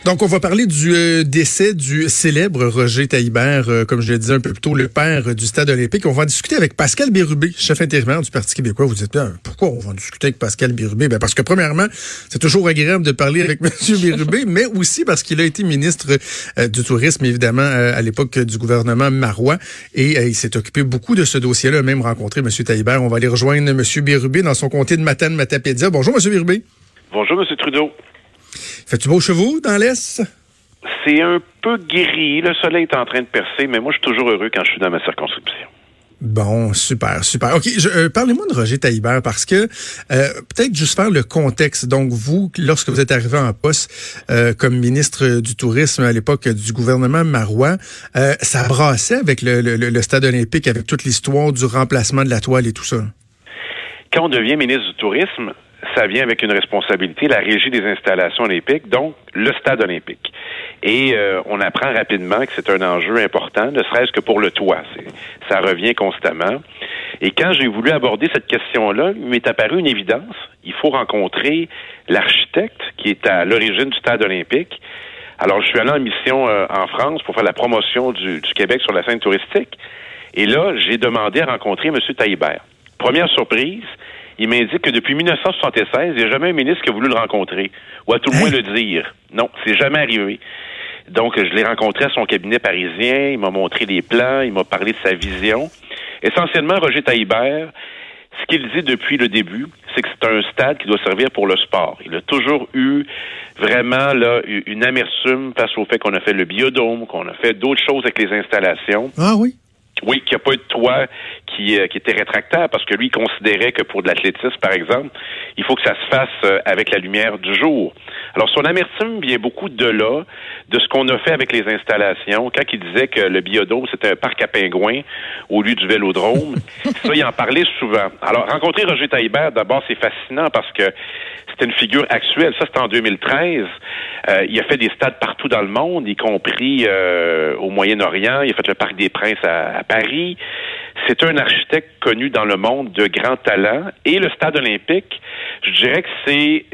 Donc, on va parler du décès du célèbre Roger Taillibert, comme je l'ai dit un peu plus tôt, le père du Stade olympique. On va en discuter avec Pascal Bérubé, chef intérimaire du Parti québécois. Vous dites, pourquoi on va en discuter avec Pascal Bérubé? Parce que, premièrement, c'est toujours agréable de parler avec M. Bérubé, mais aussi parce qu'il a été ministre du Tourisme, évidemment, à l'époque du gouvernement Marois. Et il s'est occupé beaucoup de ce dossier-là, même rencontré M. Taillibert. On va aller rejoindre M. Bérubé dans son comté de Matane-Matapédia. Bonjour, M. Bérubé. Bonjour, M. Trudeau. Fais-tu beau chez vous, dans l'Est? C'est un peu gris. Le soleil est en train de percer, mais moi, je suis toujours heureux quand je suis dans ma circonscription. Bon, super. OK, parlez-moi de Roger Taillibert parce que peut-être juste faire le contexte. Donc, vous, lorsque vous êtes arrivé en poste comme ministre du Tourisme à l'époque du gouvernement Marois, ça brassait avec le Stade olympique, avec toute l'histoire du remplacement de la toile et tout ça. Quand on devient ministre du Tourisme, ça vient avec une responsabilité, la régie des installations olympiques, donc le Stade olympique. Et on apprend rapidement que c'est un enjeu important, ne serait-ce que pour le toit. Ça revient constamment. Et quand j'ai voulu aborder cette question-là, il m'est apparu une évidence. Il faut rencontrer l'architecte qui est à l'origine du Stade olympique. Alors, je suis allé en mission en France pour faire la promotion du Québec sur la scène touristique. Et là, j'ai demandé à rencontrer M. Taillibert. Première surprise, il m'indique que depuis 1976, il n'y a jamais un ministre qui a voulu le rencontrer, ou à tout le moins le dire. Non, c'est jamais arrivé. Donc, je l'ai rencontré à son cabinet parisien, il m'a montré des plans, il m'a parlé de sa vision. Essentiellement, Roger Taillibert, ce qu'il dit depuis le début, c'est que c'est un stade qui doit servir pour le sport. Il a toujours eu vraiment là une amertume face au fait qu'on a fait le biodôme, qu'on a fait d'autres choses avec les installations. Ah oui? Oui, qu'il n'y a pas eu de toit qui était rétractable parce que lui, il considérait que pour de l'athlétisme, par exemple, il faut que ça se fasse avec la lumière du jour. Alors, son amertume vient beaucoup de là, de ce qu'on a fait avec les installations. Quand il disait que le biodôme, c'était un parc à pingouins au lieu du vélodrome, ça, il en parlait souvent. Alors, rencontrer Roger Taillibert, d'abord, c'est fascinant parce que c'était une figure actuelle. Ça, c'était en 2013. Il a fait des stades partout dans le monde, y compris au Moyen-Orient. Il a fait le Parc des Princes à Paris. C'est un architecte connu dans le monde de grand talent. Et le Stade olympique, je dirais que c'est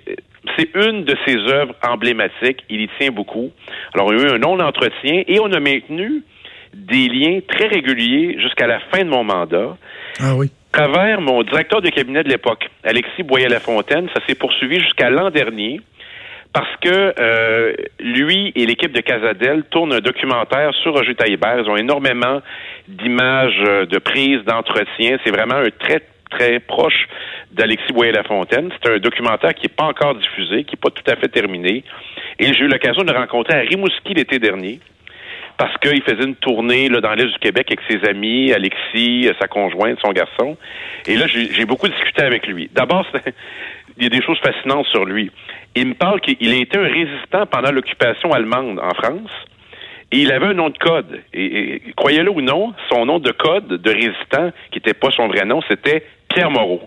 une de ses œuvres emblématiques. Il y tient beaucoup. Alors, il y a eu un long entretien et on a maintenu des liens très réguliers jusqu'à la fin de mon mandat. Ah oui. À travers mon directeur de cabinet de l'époque, Alexis Boyer-Lafontaine, ça s'est poursuivi jusqu'à l'an dernier parce que lui et l'équipe de Casadel tournent un documentaire sur Roger Taillibert. Ils ont énormément d'images, de prises, d'entretien. C'est vraiment un très, très proche d'Alexis Boyer-Lafontaine. C'est un documentaire qui n'est pas encore diffusé, qui n'est pas tout à fait terminé. Et j'ai eu l'occasion de le rencontrer à Rimouski l'été dernier. Parce qu'il faisait une tournée là, dans l'Est du Québec avec ses amis, Alexis, sa conjointe, son garçon. Et là, j'ai beaucoup discuté avec lui. D'abord, il y a des choses fascinantes sur lui. Il me parle qu'il a été un résistant pendant l'occupation allemande en France. Et il avait un nom de code. Et croyez-le ou non, son nom de code de résistant, qui n'était pas son vrai nom, c'était Pierre Moreau.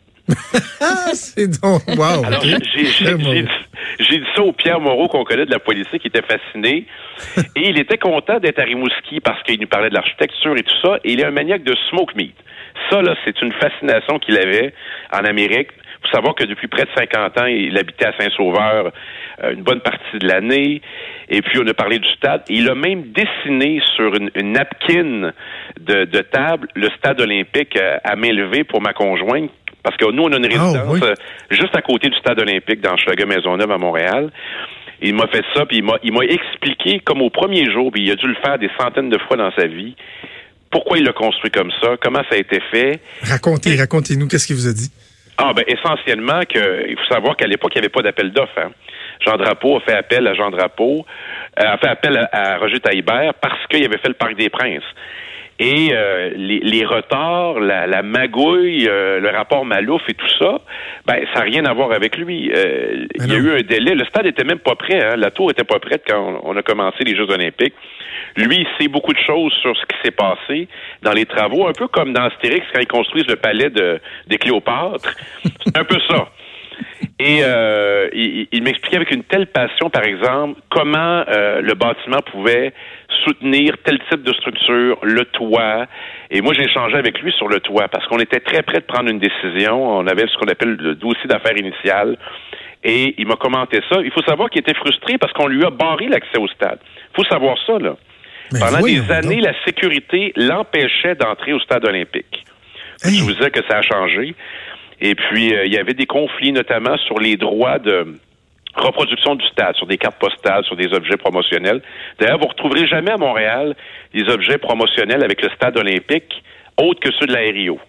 C'est donc, wow. Alors, j'ai dit ça au Pierre Moreau qu'on connaît de la politique, qui était fasciné. Et il était content d'être à Rimouski parce qu'il nous parlait de l'architecture et tout ça. Et il est un maniaque de smoke meat. Ça, là, c'est une fascination qu'il avait en Amérique. Il faut savoir que depuis près de 50 ans, il habitait à Saint-Sauveur une bonne partie de l'année. Et puis, on a parlé du stade. Et il a même dessiné sur une napkin de table le stade olympique à main levée pour ma conjointe. Parce que nous, on a une résidence juste à côté du Stade olympique dans Hochelaga-Maisonneuve à Montréal. Il m'a fait ça, puis il m'a expliqué, comme au premier jour, puis il a dû le faire des centaines de fois dans sa vie, pourquoi il l'a construit comme ça, comment ça a été fait. Racontez-nous, qu'est-ce qu'il vous a dit? Essentiellement, il faut savoir qu'à l'époque, il n'y avait pas d'appel d'offres. Hein. Jean Drapeau a fait appel à Roger Taillibert parce qu'il avait fait le Parc des Princes. Et les retards, la magouille, le rapport Malouf et tout ça, ça n'a rien à voir avec lui. Il y a eu un délai. Le stade était même pas prêt. Hein? La tour était pas prête quand on a commencé les Jeux olympiques. Lui, il sait beaucoup de choses sur ce qui s'est passé dans les travaux, un peu comme dans Astérix quand ils construisent le palais des Cléopâtres. C'est un peu ça. Et il m'expliquait avec une telle passion, par exemple, comment le bâtiment pouvait soutenir tel type de structure, le toit. Et moi, j'ai échangé avec lui sur le toit parce qu'on était très près de prendre une décision. On avait ce qu'on appelle le dossier d'affaires initial. Et il m'a commenté ça. Il faut savoir qu'il était frustré parce qu'on lui a barré l'accès au stade. Il faut savoir ça, là. Mais pendant des années, la sécurité l'empêchait d'entrer au stade olympique. Je vous disais que ça a changé. Et puis, il y avait des conflits, notamment sur les droits de reproduction du stade, sur des cartes postales, sur des objets promotionnels. D'ailleurs, vous ne retrouverez jamais à Montréal des objets promotionnels avec le stade olympique autres que ceux de l'Aério.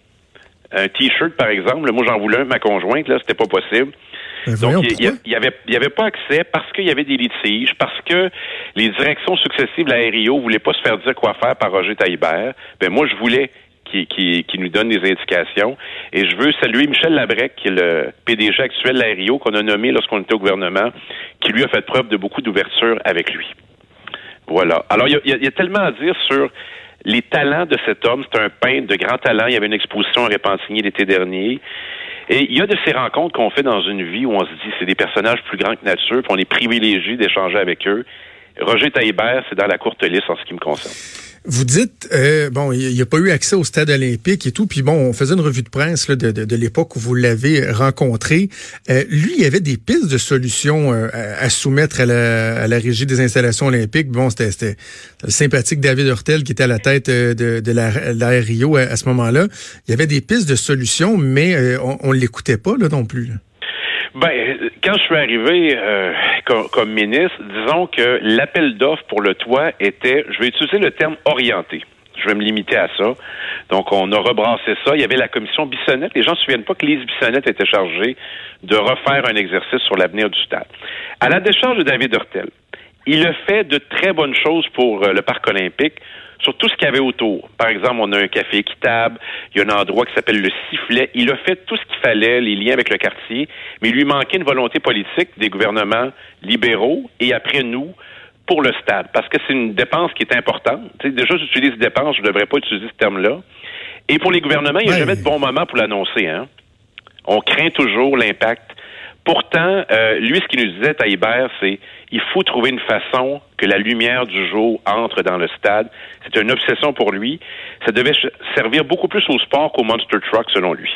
Un T-shirt, par exemple, moi j'en voulais un, ma conjointe, là, c'était pas possible. Donc, il y avait pas accès parce qu'il y avait des litiges, parce que les directions successives de l'Aério voulaient pas se faire dire quoi faire par Roger Taillibert. Ben, moi, je voulais qui nous donne des indications. Et je veux saluer Michel Labrec, qui est le PDG actuel de l'Aério, qu'on a nommé lorsqu'on était au gouvernement, qui lui a fait preuve de beaucoup d'ouverture avec lui. Voilà. Alors, il y a tellement à dire sur les talents de cet homme. C'est un peintre de grand talent. Il y avait une exposition à Repentigny l'été dernier. Et il y a de ces rencontres qu'on fait dans une vie où on se dit c'est des personnages plus grands que nature, puis on est privilégié d'échanger avec eux. Roger Taillibert, c'est dans la courte liste en ce qui me concerne. Vous dites, bon, il n'y a pas eu accès au stade olympique et tout, puis bon, on faisait une revue de presse là, de l'époque où vous l'avez rencontré. Lui, il y avait des pistes de solutions à soumettre à la régie des installations olympiques. Bon, c'était le sympathique David Hurtel qui était à la tête de la RIO à ce moment-là. Il y avait des pistes de solutions, mais on ne l'écoutait pas là non plus. Là. Ben, quand je suis arrivé comme ministre, disons que l'appel d'offres pour le toit était, je vais utiliser le terme orienté. Je vais me limiter à ça. Donc, on a rebrassé ça. Il y avait la commission Bissonnette. Les gens ne se souviennent pas que Lise Bissonnette était chargée de refaire un exercice sur l'avenir du stade. À la décharge de David Hurtel, il a fait de très bonnes choses pour le parc olympique, sur tout ce qu'il y avait autour. Par exemple, on a un café équitable, il y a un endroit qui s'appelle le Sifflet. Il a fait tout ce qu'il fallait, les liens avec le quartier, mais il lui manquait une volonté politique des gouvernements libéraux et après nous pour le stade, parce que c'est une dépense qui est importante. Tu sais, déjà, j'utilise dépense, je ne devrais pas utiliser ce terme-là. Et pour les gouvernements, il n'y a jamais de bon moment pour l'annoncer. Hein? On craint toujours l'impact. Pourtant, lui, ce qu'il nous disait, Taillibert, c'est il faut trouver une façon que la lumière du jour entre dans le stade. C'est une obsession pour lui. Ça devait servir beaucoup plus au sport qu'au Monster Truck, selon lui.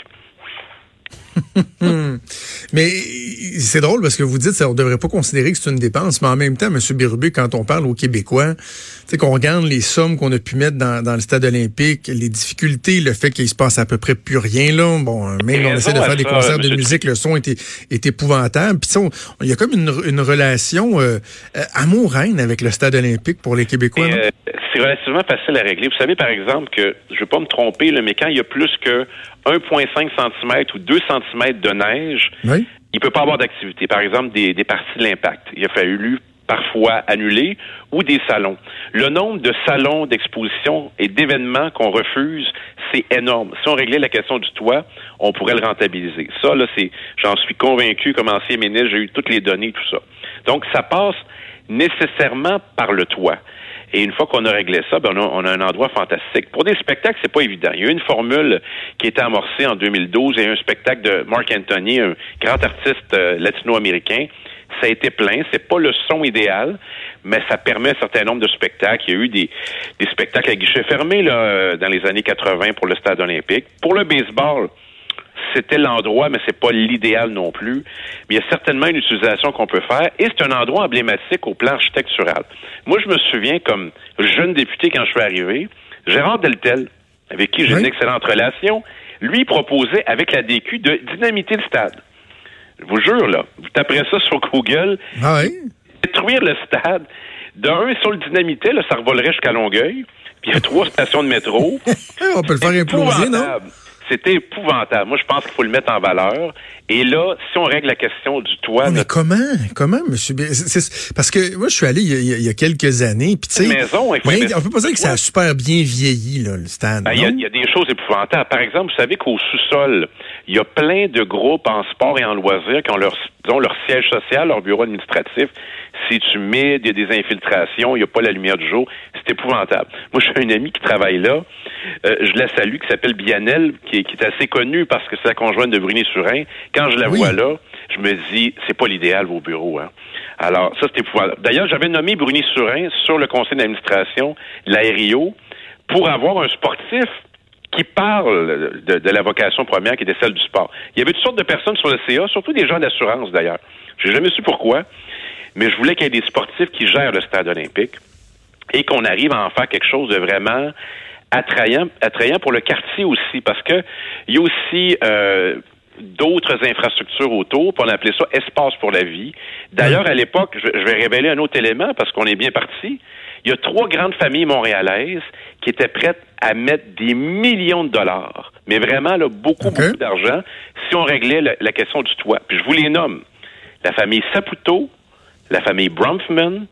Mais c'est drôle parce que vous dites on ne devrait pas considérer que c'est une dépense, mais en même temps, M. Bérubé, quand on parle aux Québécois, qu'on regarde les sommes qu'on a pu mettre dans le stade olympique, les difficultés, le fait qu'il se passe à peu près plus rien, là. Bon, même on essaie de faire des concerts de musique, le son est épouvantable. Puis il y a comme une relation amour-haine avec le stade olympique pour les Québécois. C'est relativement facile à régler. Vous savez, par exemple, que, je ne vais pas me tromper, là, mais quand il y a plus que 1,5 cm ou 2 cm de neige, oui, il ne peut pas avoir d'activité. Par exemple, des parties de l'impact. Il a fallu parfois annuler ou des salons. Le nombre de salons, d'expositions et d'événements qu'on refuse, c'est énorme. Si on réglait la question du toit, on pourrait le rentabiliser. Ça, là, j'en suis convaincu, comme ancien ministre, j'ai eu toutes les données, tout ça. Donc, ça passe nécessairement par le toit. Et une fois qu'on a réglé ça, ben on a un endroit fantastique. Pour des spectacles, c'est pas évident. Il y a eu une formule qui a été amorcée en 2012. Il y a eu un spectacle de Marc Anthony, un grand artiste latino-américain. Ça a été plein. C'est pas le son idéal, mais ça permet un certain nombre de spectacles. Il y a eu des spectacles à guichet fermé là, dans les années 80 pour le stade olympique. Pour le baseball, c'était l'endroit, mais c'est pas l'idéal non plus. Mais il y a certainement une utilisation qu'on peut faire. Et c'est un endroit emblématique au plan architectural. Moi, je me souviens, comme jeune député, quand je suis arrivé, Gérard Deltel, avec qui j'ai une excellente relation, lui proposait, avec la DQ, de dynamiter le stade. Je vous jure, là, vous taperez ça sur Google. Détruire le stade. D'un, si on le dynamitait, là, ça revolerait jusqu'à Longueuil. Puis il y a 3 stations de métro. On peut le faire imploser, non? C'était épouvantable. Moi, je pense qu'il faut le mettre en valeur. Et là, si on règle la question du toit... Mais comment, monsieur? Parce que moi, je suis allé il y a quelques années. Puis tu sais, on peut pas dire que ça a super bien vieilli, là, le stade. Il y a des choses épouvantables. Par exemple, vous savez qu'au sous-sol, il y a plein de groupes en sport et en loisirs qui ont leur siège social, leur bureau administratif. C'est humide, il y a des infiltrations, il n'y a pas la lumière du jour. C'est épouvantable. Moi, j'ai un ami qui travaille là. Je la salue, qui s'appelle Bianel, qui est assez connue parce que c'est la conjointe de Bruni-Surin. Quand je la vois là, je me dis, c'est pas l'idéal, vos bureaux. Hein. Alors, ça, c'est épouvantable. D'ailleurs, j'avais nommé Bruni-Surin sur le conseil d'administration de la RIO pour avoir un sportif qui parle de la vocation première qui était celle du sport. Il y avait toutes sortes de personnes sur le CA, surtout des gens d'assurance d'ailleurs. Je n'ai jamais su pourquoi, mais je voulais qu'il y ait des sportifs qui gèrent le stade olympique et qu'on arrive à en faire quelque chose de vraiment attrayant pour le quartier aussi, parce que il y a aussi d'autres infrastructures autour, puis on appelait ça espace pour la vie. D'ailleurs, à l'époque, je vais révéler un autre élément parce qu'on est bien parti. Il y a 3 grandes familles montréalaises qui étaient prêtes à mettre des millions de dollars, mais vraiment là, beaucoup d'argent, si on réglait la question du toit. Puis je vous les nomme. La famille Saputo, la famille Bronfman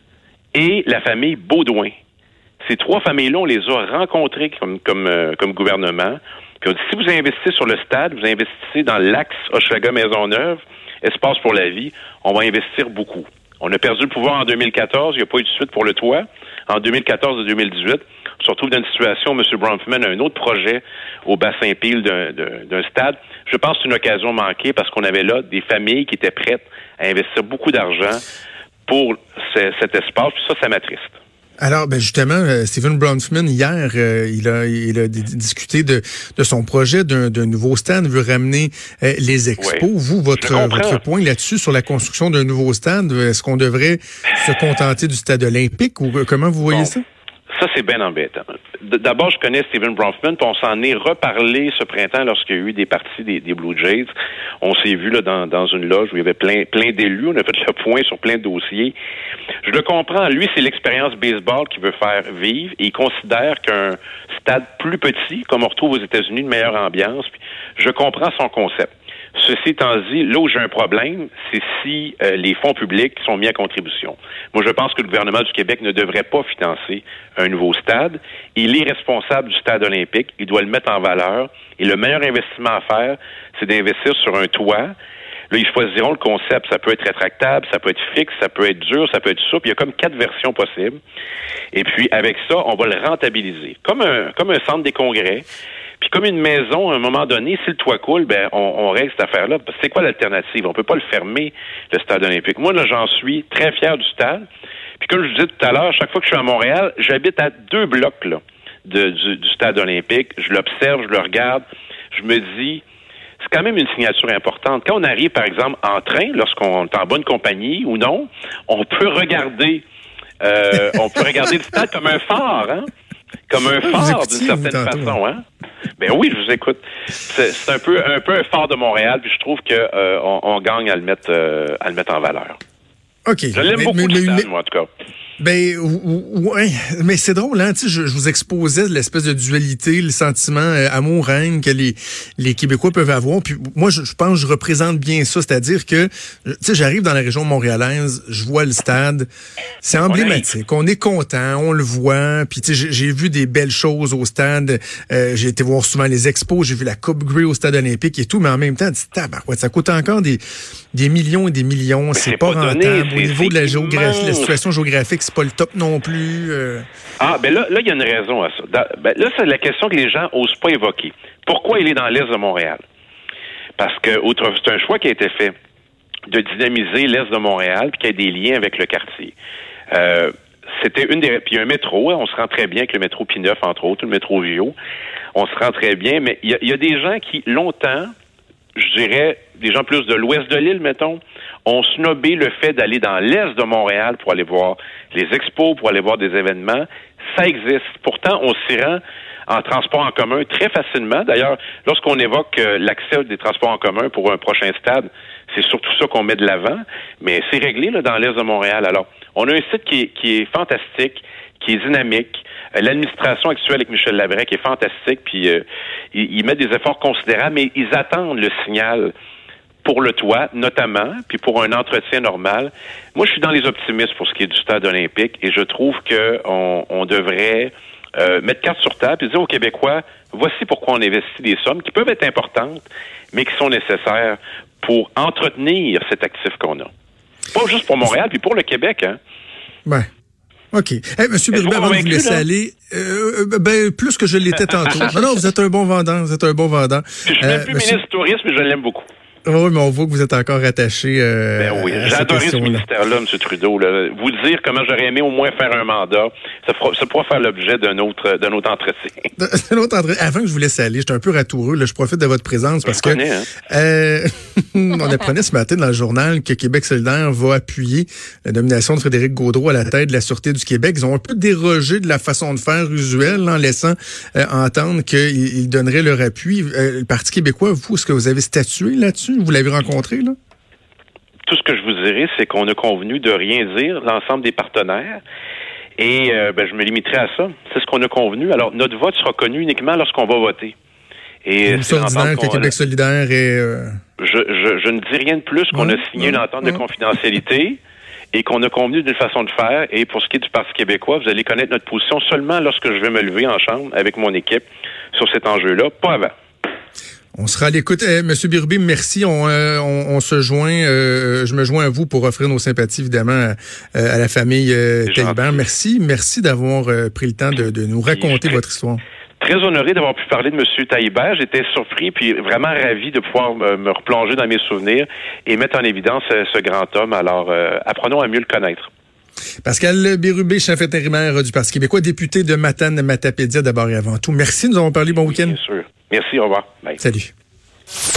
et la famille Baudouin. Ces 3 familles-là, on les a rencontrées comme gouvernement. Puis on dit, si vous investissez sur le stade, vous investissez dans l'axe Hochelaga-Maisonneuve, espace pour la vie, on va investir beaucoup. On a perdu le pouvoir en 2014, il n'y a pas eu de suite pour le toit. En 2014 et 2018, on se retrouve dans une situation où M. Bronfman a un autre projet au bassin Peel d'un stade. Je pense que c'est une occasion manquée parce qu'on avait là des familles qui étaient prêtes à investir beaucoup d'argent pour cet espace. Puis ça m'attriste. Alors, justement, Stephen Bronfman, hier, il a discuté de son projet d'un nouveau stade, veut ramener les expos. Oui, vous, votre point là-dessus sur la construction d'un nouveau stade, est-ce qu'on devrait se contenter du stade olympique ou comment vous voyez ça? Ça, c'est bien embêtant. D'abord, je connais Stephen Bronfman, puis on s'en est reparlé ce printemps lorsqu'il y a eu des parties des Blue Jays. On s'est vu là dans une loge où il y avait plein d'élus. On a fait le point sur plein de dossiers. Je le comprends. Lui, c'est l'expérience baseball qu'il veut faire vivre. Et il considère qu'un stade plus petit, comme on retrouve aux États-Unis, une meilleure ambiance. Puis je comprends son concept. Ceci étant dit, là où j'ai un problème, c'est si les fonds publics sont mis à contribution. Moi, je pense que le gouvernement du Québec ne devrait pas financer un nouveau stade. Il est responsable du stade olympique. Il doit le mettre en valeur. Et le meilleur investissement à faire, c'est d'investir sur un toit. Là, ils choisiront le concept. Ça peut être rétractable, ça peut être fixe, ça peut être dur, ça peut être souple. Il y a comme 4 versions possibles. Et puis, avec ça, on va le rentabiliser. Comme un centre des congrès. Puis comme une maison, à un moment donné, si le toit coule, on règle cette affaire-là. C'est quoi l'alternative? On peut pas le fermer, le stade olympique. Moi, là, j'en suis très fier du stade. Puis comme je disais tout à l'heure, chaque fois que je suis à Montréal, j'habite à 2 blocs là, du stade olympique. Je l'observe, je le regarde. Je me dis, c'est quand même une signature importante. Quand on arrive, par exemple, en train, lorsqu'on est en bonne compagnie ou non, on peut regarder le stade comme un phare, hein? Comme un phare, d'une certaine façon, hein? Ben oui, je vous écoute. C'est un peu un phare de Montréal, puis je trouve que on gagne à le mettre en valeur. OK. Je l'aime beaucoup, le stade, moi, en tout cas. Ouais, mais c'est drôle, hein, tu sais, je vous exposais l'espèce de dualité, le sentiment amour-haine que les Québécois peuvent avoir. Puis moi, je pense que je représente bien ça, c'est-à-dire que, tu sais, j'arrive dans la région montréalaise, je vois le stade, c'est emblématique, on est content, on le voit. Puis tu sais, j'ai vu des belles choses au stade. J'ai été voir souvent les expos, j'ai vu la Coupe Grey au stade olympique et tout, mais en même temps, ça coûte encore des millions et des millions, c'est pas rentable. Au niveau de la géographie, la situation géographique, c'est pas le top non plus. Là, il y a une raison à ça. Là, c'est la question que les gens osent pas évoquer. Pourquoi il est dans l'est de Montréal? Parce que c'est un choix qui a été fait de dynamiser l'est de Montréal puis qu'il y ait des liens avec le quartier. C'était une des... Puis il y a un métro, hein, on se rend très bien avec le métro P9, entre autres, le métro Vio. On se rend très bien, mais il y a des gens qui, longtemps, je dirais, des gens plus de l'ouest de l'île, mettons, ont snobé le fait d'aller dans l'est de Montréal pour aller voir les expos, pour aller voir des événements. Ça existe. Pourtant, on s'y rend en transport en commun très facilement. D'ailleurs, lorsqu'on évoque l'accès des transports en commun pour un prochain stade, c'est surtout ça qu'on met de l'avant. Mais c'est réglé là, dans l'est de Montréal. Alors, on a un site qui est fantastique, qui est dynamique. L'administration actuelle avec Michel Labrec est fantastique, puis ils mettent des efforts considérables, mais ils attendent le signal pour le toit, notamment, puis pour un entretien normal. Moi, je suis dans les optimistes pour ce qui est du stade olympique, et je trouve qu'on devrait mettre carte sur table et dire aux Québécois, voici pourquoi on investit des sommes qui peuvent être importantes, mais qui sont nécessaires pour entretenir cet actif qu'on a. Pas juste pour Montréal, puis pour le Québec, hein? Ouais. OK. Monsieur Bérubé, avant de vous laisser aller, plus que je l'étais tantôt. Non, vous êtes un bon vendant, Je suis même plus ministre du Tourisme, mais je l'aime beaucoup. Oui, mais on voit que vous êtes encore attaché Ben oui, j'ai adoré ce ministère-là, M. Trudeau. Là. Vous dire comment j'aurais aimé au moins faire un mandat, ça pourra faire l'objet d'un autre entretien. Avant que je vous laisse aller, j'étais un peu ratoureux. Là, je profite de votre présence parce que on apprenait ce matin dans le journal que Québec solidaire va appuyer la nomination de Frédéric Gaudreault à la tête de la Sûreté du Québec. Ils ont un peu dérogé de la façon de faire usuelle en laissant entendre qu'ils donneraient leur appui. Le Parti québécois, vous, est-ce que vous avez statué là-dessus? Vous l'avez rencontré, là? Tout ce que je vous dirais, c'est qu'on a convenu de rien dire, l'ensemble des partenaires. Et je me limiterai à ça. C'est ce qu'on a convenu. Alors, notre vote sera connu uniquement lorsqu'on va voter. Et c'est ordinaire que Québec solidaire est... Je ne dis rien de plus qu'on a signé une entente de confidentialité et qu'on a convenu d'une façon de faire. Et pour ce qui est du Parti québécois, vous allez connaître notre position seulement lorsque je vais me lever en chambre avec mon équipe sur cet enjeu-là, pas avant. On sera à l'écoute. Monsieur Bérubé, merci. On se joint. Je me joins à vous pour offrir nos sympathies, évidemment, à la famille Taillibert. Merci d'avoir pris le temps de nous raconter votre histoire. Très honoré d'avoir pu parler de M. Taillibert. J'étais surpris puis vraiment ravi de pouvoir me replonger dans mes souvenirs et mettre en évidence ce grand homme. Alors, apprenons à mieux le connaître. Pascal Bérubé, chef intérimaire du Parti québécois, député de Matane-Matapédia d'abord et avant tout. Merci, nous avons parlé. Bon week-end. Bien sûr. Merci, au revoir. Bye. Salut.